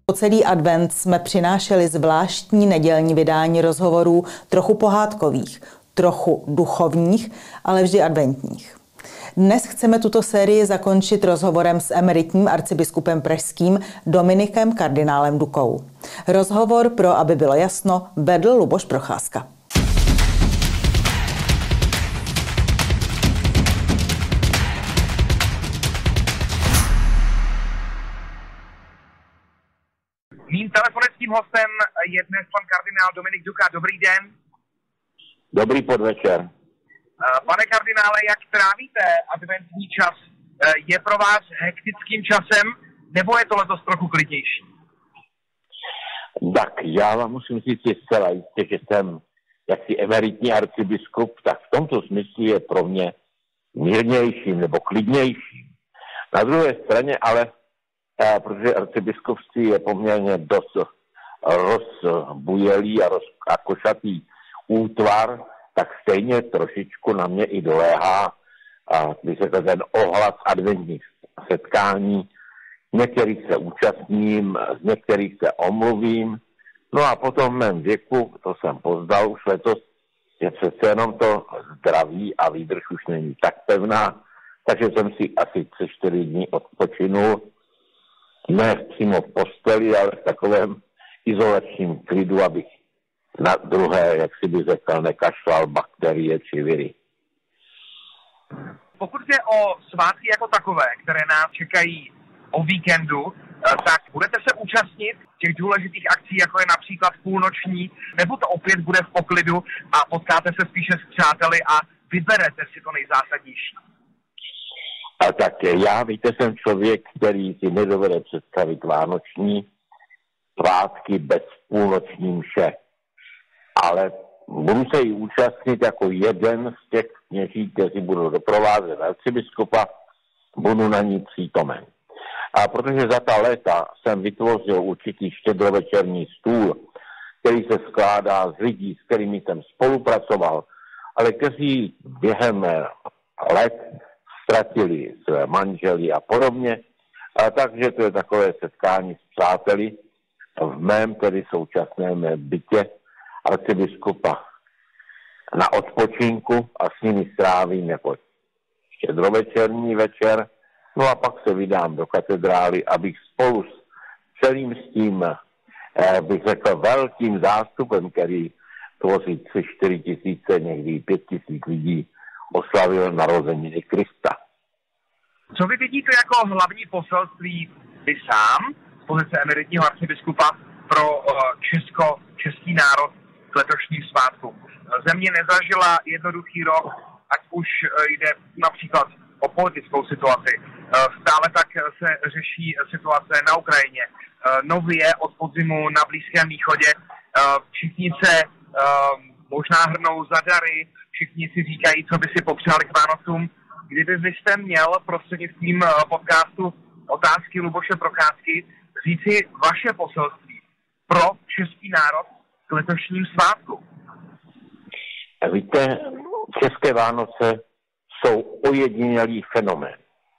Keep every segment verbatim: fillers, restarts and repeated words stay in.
Po celý advent jsme přinášeli zvláštní nedělní vydání rozhovorů trochu pohádkových, trochu duchovních, ale vždy adventních. Dnes chceme tuto sérii zakončit rozhovorem s emeritním arcibiskupem pražským Dominikem kardinálem Dukou. Rozhovor, pro aby bylo jasno, vedl Luboš Procházka. Mým telefonickým hostem je dnes pan kardinál Dominik Duka. Dobrý den. Dobrý podvečer. Pane kardinále, jak trávíte adventní čas? Je pro vás hektickým časem, nebo je to letos trochu klidnější? Tak já vám musím říct zcela jistě, že jsem jaksi emeritní arcibiskup, tak v tomto smyslu je pro mě mírnějším nebo klidnějším. Na druhé straně ale, protože arcibiskupství je poměrně dost rozbujelý a, roz, a košatý útvar, tak stejně trošičku na mě i doléhá, a když se to ten ohlas adventních setkání, některých se účastním, z některých se omluvím, no a potom v mém věku, to jsem poznal už letos, je přece jenom to zdraví a výdrž už není tak pevná, takže jsem si asi tři čtyři dní odpočinul, ne přímo v posteli, ale v takovém izolačním klidu, abych na druhé, jak si by řekl, nekašlal bakterie či viry. Pokud jde o svátky jako takové, které nás čekají o víkendu, tak budete se účastnit těch důležitých akcí, jako je například půlnoční, nebo to opět bude v poklidu a potkáte se spíše s přáteli a vyberete si to nejzásadnější? A tak já, víte, jsem člověk, který si nedovede představit vánoční svátky bez půlnoční mše. Ale budu se jí účastnit jako jeden z těch kněží, kteří budou doprovázet arcibiskupa, budu na ní přítomen. A protože za ta léta jsem vytvořil určitý štědrovečerní stůl, který se skládá z lidí, s kterými jsem spolupracoval, ale kteří během let ztratili své manžely a podobně, a takže to je takové setkání s přáteli v mém tedy současném bytě arcibiskupa na odpočinku a s nimi strávím jako štědrovečerní večer, no a pak se vydám do katedrály, abych spolu s celým s tím, eh, bych řekl, velkým zástupem, který tvoří tři čtyři tisíce, někdy pět tisíc lidí, oslavil narozeniny Krista. Co vy vidíte jako hlavní poselství vy sám z pozice emeritního arcibiskupa pro uh, Česko, český národ k letošním svátkům? Země nezažila jednoduchý rok, ať už jde například o politickou situaci. Stále tak se řeší situace na Ukrajině. Nově od podzimu na Blízkém východě. Všichni se možná hrnou za dary, všichni si říkají, co by si popřáli k Vánocům. Kdyby vy jste měl prostřednictvím podcastu Otázky Luboše Procházky říci vaše poselství pro český národ k letošním svátkům? Víte, české Vánoce jsou ojedinělý fenomén.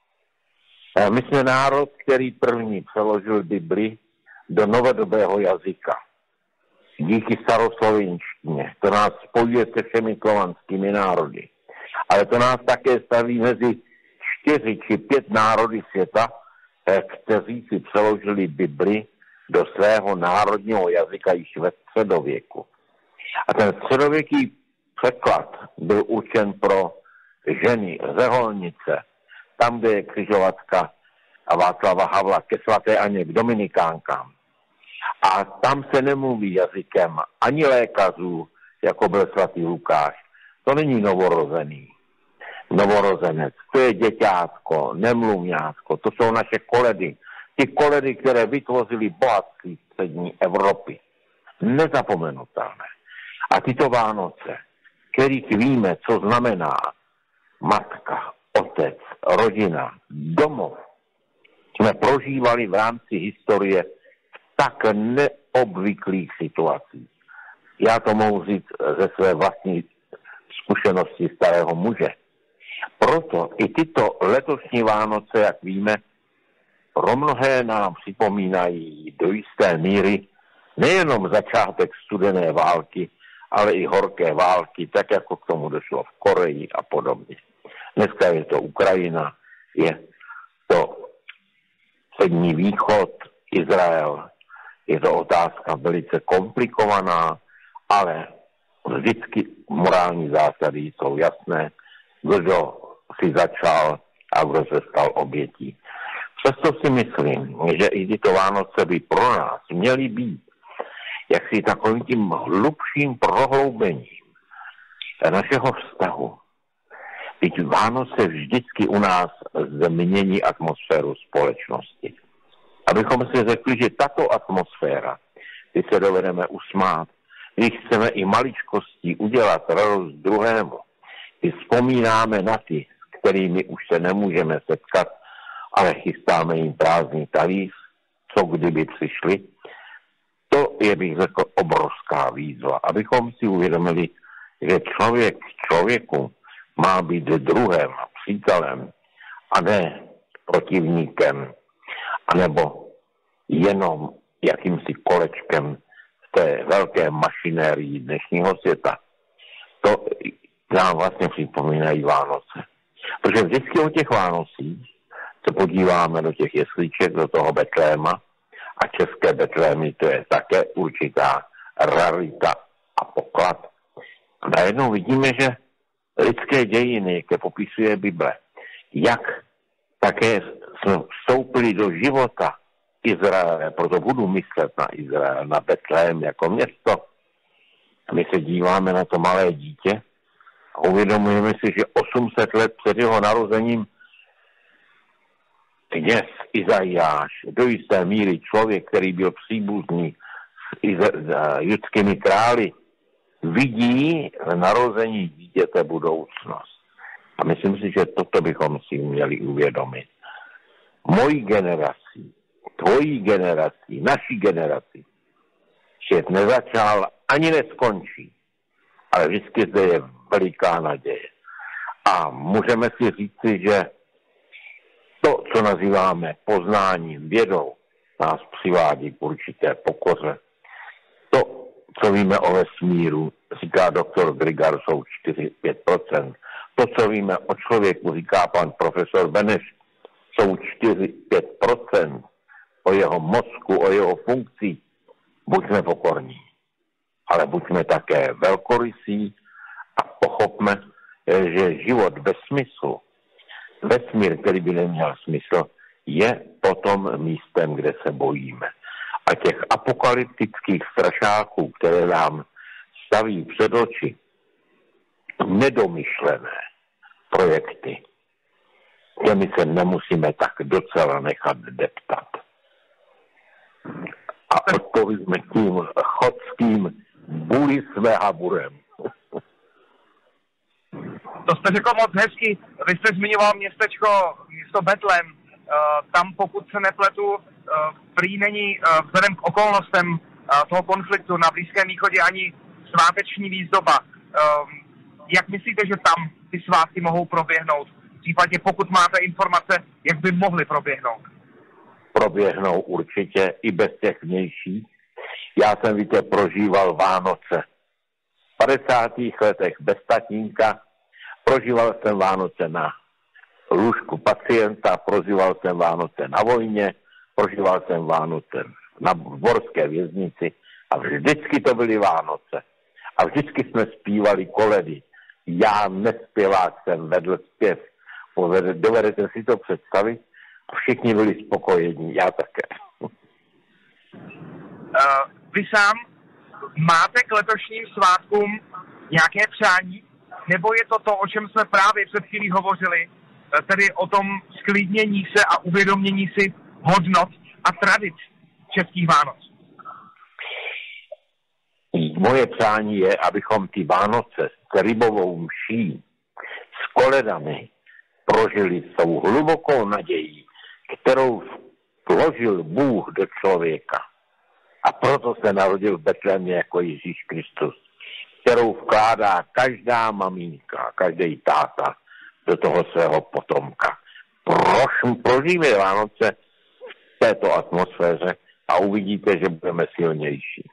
My jsme národ, který první přeložil Bibli do novodobého jazyka. Díky staroslovenštině. To nás spojuje se všemi slovanskými národy. Ale to nás také staví mezi čtyři či pět národy světa, kteří si přeložili Bibli do svého národního jazyka již ve středověku. A ten středověký překlad byl určen pro ženy, řeholnice, tam, kde je křižovatka a Václava Havla ke svaté Aně, k dominikánkám. A tam se nemluví jazykem ani lékařů, jako byl svatý Lukáš. To není novorozený. Novorozenec, to je děťátko, nemluvňátko, to jsou naše koledy. Ty koledy, které vytvořily bohatství střední Evropy. Nezapomenutelné. A tyto Vánoce, kterých víme, co znamená matka, otec, rodina, domov, jsme prožívali v rámci historie v tak neobvyklých situacích. Já to mohu říct ze své vlastní zkušenosti starého muže. Proto i tyto letošní Vánoce, jak víme, pro mnohé nám připomínají do jisté míry nejenom začátek studené války, ale i horké války, tak jako k tomu došlo v Koreji a podobně. Dneska je to Ukrajina, je to Střední východ, Izrael. Je to otázka velice komplikovaná, ale vždycky morální zásady jsou jasné, kdo si začal a kdo se stal obětí. Přesto si myslím, že i tyto Vánoce by pro nás měly být jaksi takovým tím hlubším prohloubením našeho vztahu. Teď Vánoce vždycky u nás změní atmosféru společnosti. Abychom si řekli, že tato atmosféra, když se dovedeme usmát, když chceme i maličkostí udělat radost druhému, když vzpomínáme na ty, s kterými už se nemůžeme setkat, ale chystáme jim prázdný talíř, co kdyby přišli, to je, bych řekl, obrovská výzva. Abychom si uvědomili, že člověk člověku má být druhem, přítelem a ne protivníkem, anebo jenom jakýmsi kolečkem v té velké mašinérii dnešního světa. To nám vlastně připomínají Vánoce. Protože vždycky o těch Vánocích se podíváme do těch jesliček, do toho Betléma, a české Betlémy, to je také určitá rarita a poklad. A najednou vidíme, že lidské dějiny, jaké popisuje Bible, jak také jsme vstoupili do života Izraele, proto budu myslet na Izrael, na Betlém jako město. A my se díváme na to malé dítě a uvědomujeme si, že osm set let před jeho narozením kněz Izajáš, do jisté míry člověk, který byl příbuzný s, Iza- s judskými králi, vidí v narození dítěte budoucnost. A myslím si, že toto bychom si měli uvědomit. Mojí generací, tvojí generací, naší generací svět nezačal ani neskončí, ale vždycky zde je veliká naděje. A můžeme si říci, že to, co nazýváme poznáním, vědou, nás přivádí k určité pokoře. To, co víme o vesmíru, říká doktor Grigar, jsou čtyři až pět procent. To, co víme o člověku, říká pan profesor Beneš, jsou čtyři až pět procent. O jeho mozku, o jeho funkcí. Buďme pokorní, ale buďme také velkorysí a pochopme, že život bez smyslu, vesmír, který by neměl smysl, je potom místem, kde se bojíme. A těch apokalyptických strašáků, které nám staví před oči nedomyšlené projekty, těmi se nemusíme tak docela nechat deptat. A odpovíme tím chodským buli jsme haburem. To jste řekl moc hezky. Vy jste zmiňoval městečko, město Betlém. Uh, tam, pokud se nepletu, uh, prý není uh, vzhledem k okolnostem uh, toho konfliktu na Blízkém východě ani sváteční výzdoba. Uh, jak myslíte, že tam ty svátky mohou proběhnout? V případě, pokud máte informace, jak by mohly proběhnout? Proběhnou určitě i bez těch vnějších. Já jsem, víte, prožíval Vánoce v padesátých letech bez tatínka. Prožíval jsem Vánoce na lůžku pacienta, prožíval jsem Vánoce na vojně, prožíval jsem Vánoce na dvorské věznici a vždycky to byly Vánoce. A vždycky jsme zpívali koledy. Já nespěvák jsem vedl zpěv. Dovedete si to představit? A všichni byli spokojení, já také. Uh, vy sám máte k letošním svátkům nějaké přání? Nebo je to to, o čem jsme právě před chvílí hovořili, tedy o tom sklidnění se a uvědomění si hodnot a tradic českých Vánoc? Moje přání je, abychom ty Vánoce s rybovou mší, s koledami prožili s tou hlubokou nadějí, kterou vložil Bůh do člověka. A proto se narodil v Betlémě jako Ježíš Kristus, kterou vkládá každá maminka, každý táta do toho svého potomka. Prož, prožijme Vánoce této atmosféře a uvidíte, že budeme silnější.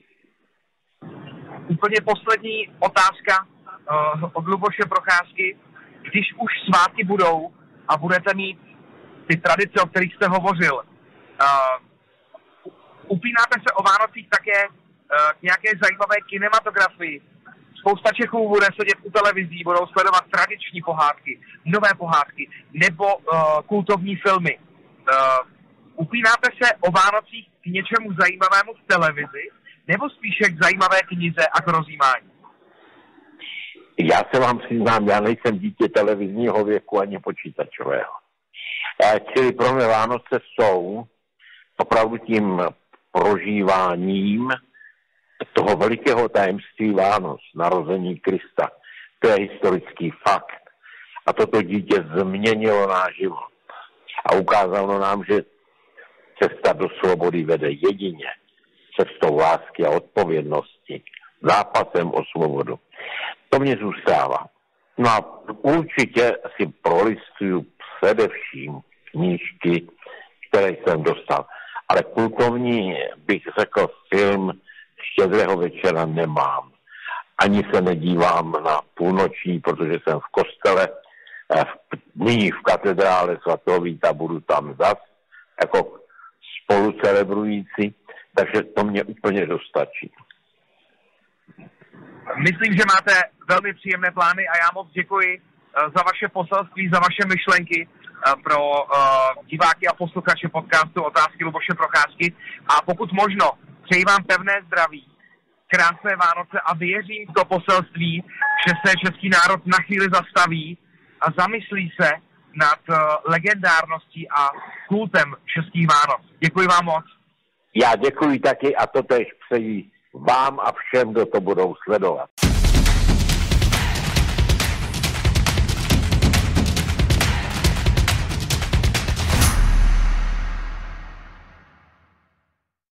Úplně poslední otázka uh, od Luboše Procházky. Když už svátky budou a budete mít ty tradice, o kterých jste hovořil, uh, upínáte se o Vánocích také uh, k nějaké zajímavé kinematografii. Spousta Čechů bude sedět u televizí, budou sledovat tradiční pohádky, nové pohádky nebo uh, kultovní filmy. Uh, upínáte se o Vánocích k něčemu zajímavému v televizi nebo spíše k zajímavé knize a k rozjímání? Já se vám přiznám, já nejsem dítě televizního věku ani počítačového. Čili pro mě Vánoce jsou opravdu tím prožíváním toho velikého tajemství Vánoc, narození Krista. To je historický fakt. A toto dítě změnilo náš život. A ukázalo nám, že cesta do svobody vede jedině cestou lásky a odpovědnosti, zápasem o svobodu. To mě zůstává. No a určitě si prolistuju především knížky, které jsem dostal. Ale kultovní, bych řekl, film Štědrého večera nemám. Ani se nedívám na půlnoční, protože jsem v kostele, v, nyní v katedrále svatého Víta, budu tam zas, jako spolu celebrující, takže to mě úplně dostačí. Myslím, že máte velmi příjemné plány a já moc děkuji za vaše poselství, za vaše myšlenky pro diváky a posluchače podcastu Otázky Luboše Procházky. A pokud možno, přeji vám pevné zdraví, krásné Vánoce a věřím v to poselství, že se český národ na chvíli zastaví a zamyslí se nad legendárností a kultem českých Vánoc. Děkuji vám moc. Já děkuji taky a to též přeji vám a všem, kdo to budou sledovat.